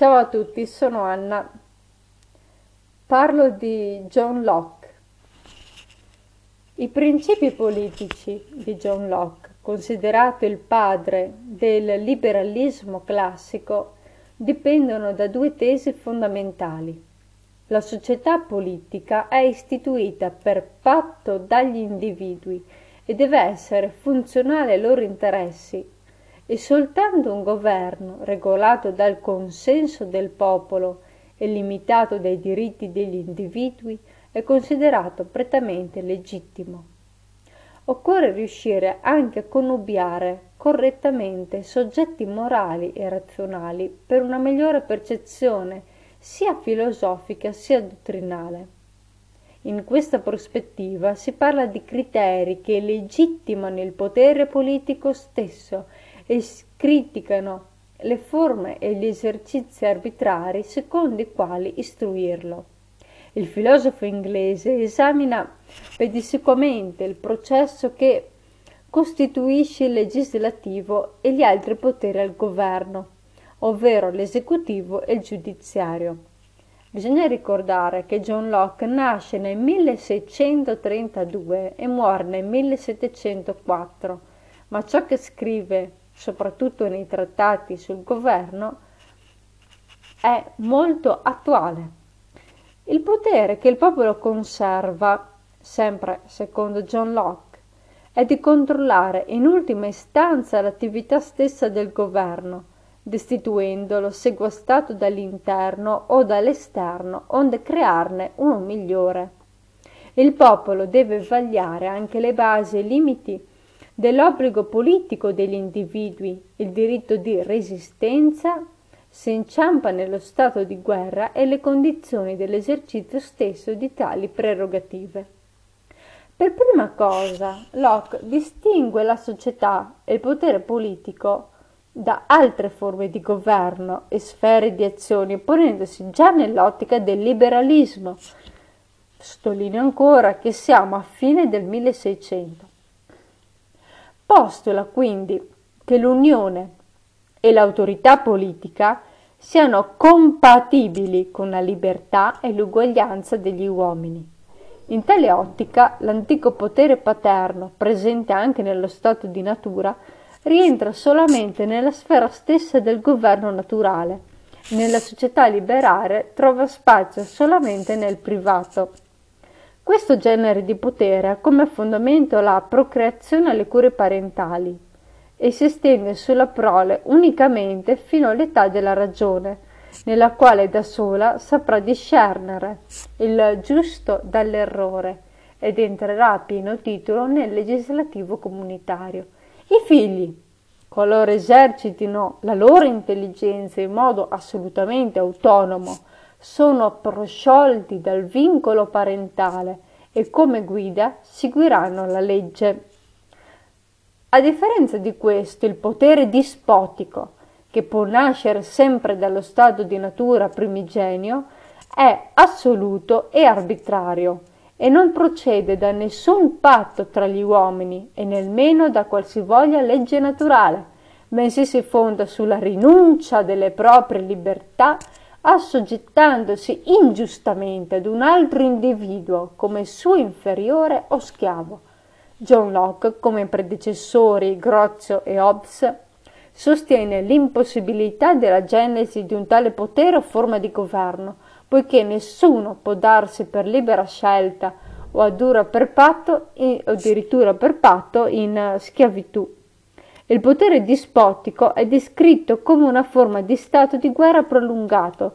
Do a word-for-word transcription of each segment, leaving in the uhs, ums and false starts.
Ciao a tutti, sono Anna. Parlo di John Locke. I principi politici di John Locke, considerato il padre del liberalismo classico, dipendono da due tesi fondamentali. La società politica è istituita per patto dagli individui e deve essere funzionale ai loro interessi, e soltanto un governo regolato dal consenso del popolo e limitato dai diritti degli individui è considerato prettamente legittimo. Occorre riuscire anche a connubbiare correttamente soggetti morali e razionali per una migliore percezione sia filosofica sia dottrinale. In questa prospettiva si parla di criteri che legittimano il potere politico stesso e criticano le forme e gli esercizi arbitrari secondo i quali istruirlo. Il filosofo inglese esamina pedissequamente il processo che costituisce il legislativo e gli altri poteri al governo, ovvero l'esecutivo e il giudiziario. Bisogna ricordare che John Locke nasce nel milleseicentotrentadue e muore nel millesettecentoquattro, ma ciò che scrive, soprattutto nei trattati sul governo, è molto attuale. Il potere che il popolo conserva, sempre secondo John Locke, è di controllare in ultima istanza l'attività stessa del governo, destituendolo se guastato dall'interno o dall'esterno, onde crearne uno migliore. Il popolo deve vagliare anche le basi e i limiti dell'obbligo politico degli individui, il diritto di resistenza se inciampa nello stato di guerra e le condizioni dell'esercizio stesso di tali prerogative. Per prima cosa, Locke distingue la società e il potere politico da altre forme di governo e sfere di azione, ponendosi già nell'ottica del liberalismo. Sottolineo ancora che siamo a fine del milleseicento. Postola quindi che l'unione e l'autorità politica siano compatibili con la libertà e l'uguaglianza degli uomini. In tale ottica, l'antico potere paterno, presente anche nello stato di natura, rientra solamente nella sfera stessa del governo naturale. Nella società liberale trova spazio solamente nel privato. Questo genere di potere ha come fondamento la procreazione alle cure parentali e si estende sulla prole unicamente fino all'età della ragione, nella quale da sola saprà discernere il giusto dall'errore ed entrerà a pieno titolo nel legislativo comunitario. I figli, qualora esercitino la loro intelligenza in modo assolutamente autonomo, sono prosciolti dal vincolo parentale e come guida seguiranno la legge. A differenza di questo, il potere dispotico, che può nascere sempre dallo stato di natura primigenio, è assoluto e arbitrario e non procede da nessun patto tra gli uomini e nemmeno da qualsivoglia legge naturale, bensì si fonda sulla rinuncia delle proprie libertà, assoggettandosi ingiustamente ad un altro individuo come suo inferiore o schiavo. John Locke, come i predecessori Grozio e Hobbes, sostiene l'impossibilità della genesi di un tale potere o forma di governo, poiché nessuno può darsi per libera scelta o addirittura per patto in, o addirittura per patto in schiavitù. Il potere dispotico è descritto come una forma di stato di guerra prolungato,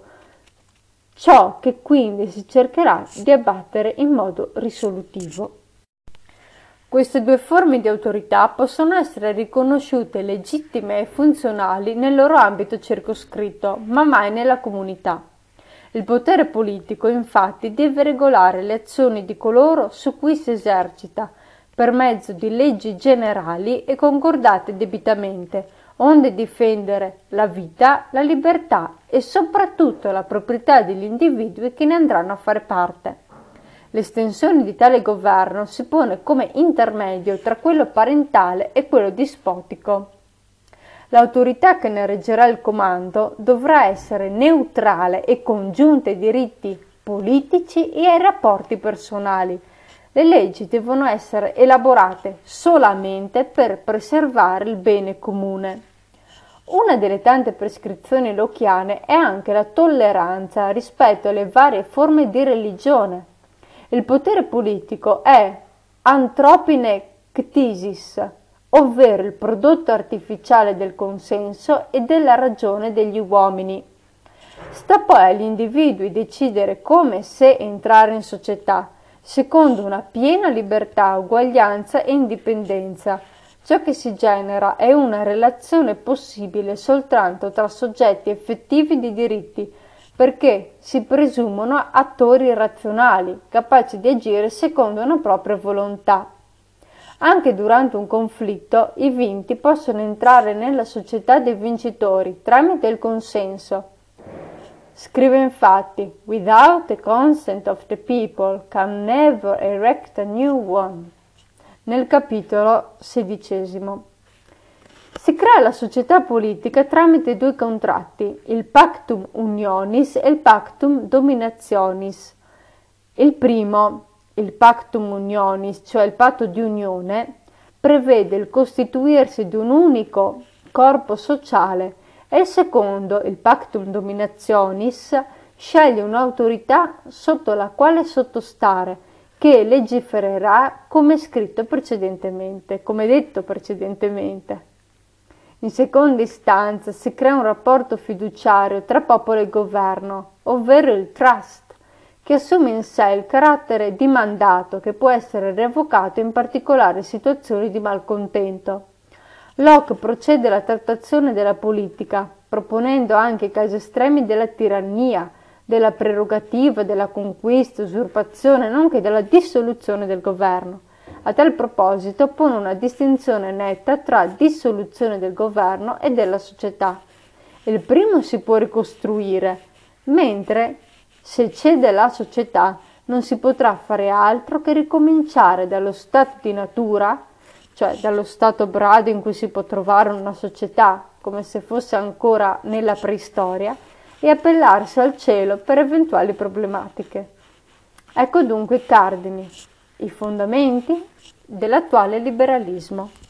ciò che quindi si cercherà di abbattere in modo risolutivo. Queste due forme di autorità possono essere riconosciute legittime e funzionali nel loro ambito circoscritto, ma mai nella comunità. Il potere politico, infatti, deve regolare le azioni di coloro su cui si esercita, per mezzo di leggi generali e concordate debitamente, onde difendere la vita, la libertà e soprattutto la proprietà degli individui che ne andranno a fare parte. L'estensione di tale governo si pone come intermedio tra quello parentale e quello dispotico. L'autorità che ne reggerà il comando dovrà essere neutrale e congiunta ai diritti politici e ai rapporti personali. Le leggi devono essere elaborate solamente per preservare il bene comune. Una delle tante prescrizioni locchiane è anche la tolleranza rispetto alle varie forme di religione. Il potere politico è anthropine ctisis, ovvero il prodotto artificiale del consenso e della ragione degli uomini. Sta poi agli individui decidere come e se entrare in società, secondo una piena libertà, uguaglianza e indipendenza. Ciò che si genera è una relazione possibile soltanto tra soggetti effettivi di diritti, perché si presumono attori razionali, capaci di agire secondo una propria volontà. Anche durante un conflitto, i vinti possono entrare nella società dei vincitori tramite il consenso. Scrive infatti: "Without the consent of the people can never erect a new one", nel capitolo sedicesimo. Si crea la società politica tramite due contratti, il Pactum Unionis e il Pactum Dominationis. Il primo, il Pactum Unionis, cioè il patto di unione, prevede il costituirsi di un unico corpo sociale, e il secondo, il Pactum Dominationis, sceglie un'autorità sotto la quale sottostare, che legifererà come scritto precedentemente, come detto precedentemente. In seconda istanza si crea un rapporto fiduciario tra popolo e governo, ovvero il trust, che assume in sé il carattere di mandato che può essere revocato in particolari situazioni di malcontento. Locke procede alla trattazione della politica, proponendo anche i casi estremi della tirannia, della prerogativa, della conquista, usurpazione, nonché della dissoluzione del governo. A tal proposito pone una distinzione netta tra dissoluzione del governo e della società. Il primo si può ricostruire, mentre se cede la società non si potrà fare altro che ricominciare dallo stato di natura, cioè dallo stato brado in cui si può trovare una società come se fosse ancora nella preistoria, e appellarsi al cielo per eventuali problematiche. Ecco dunque i cardini, i fondamenti dell'attuale liberalismo.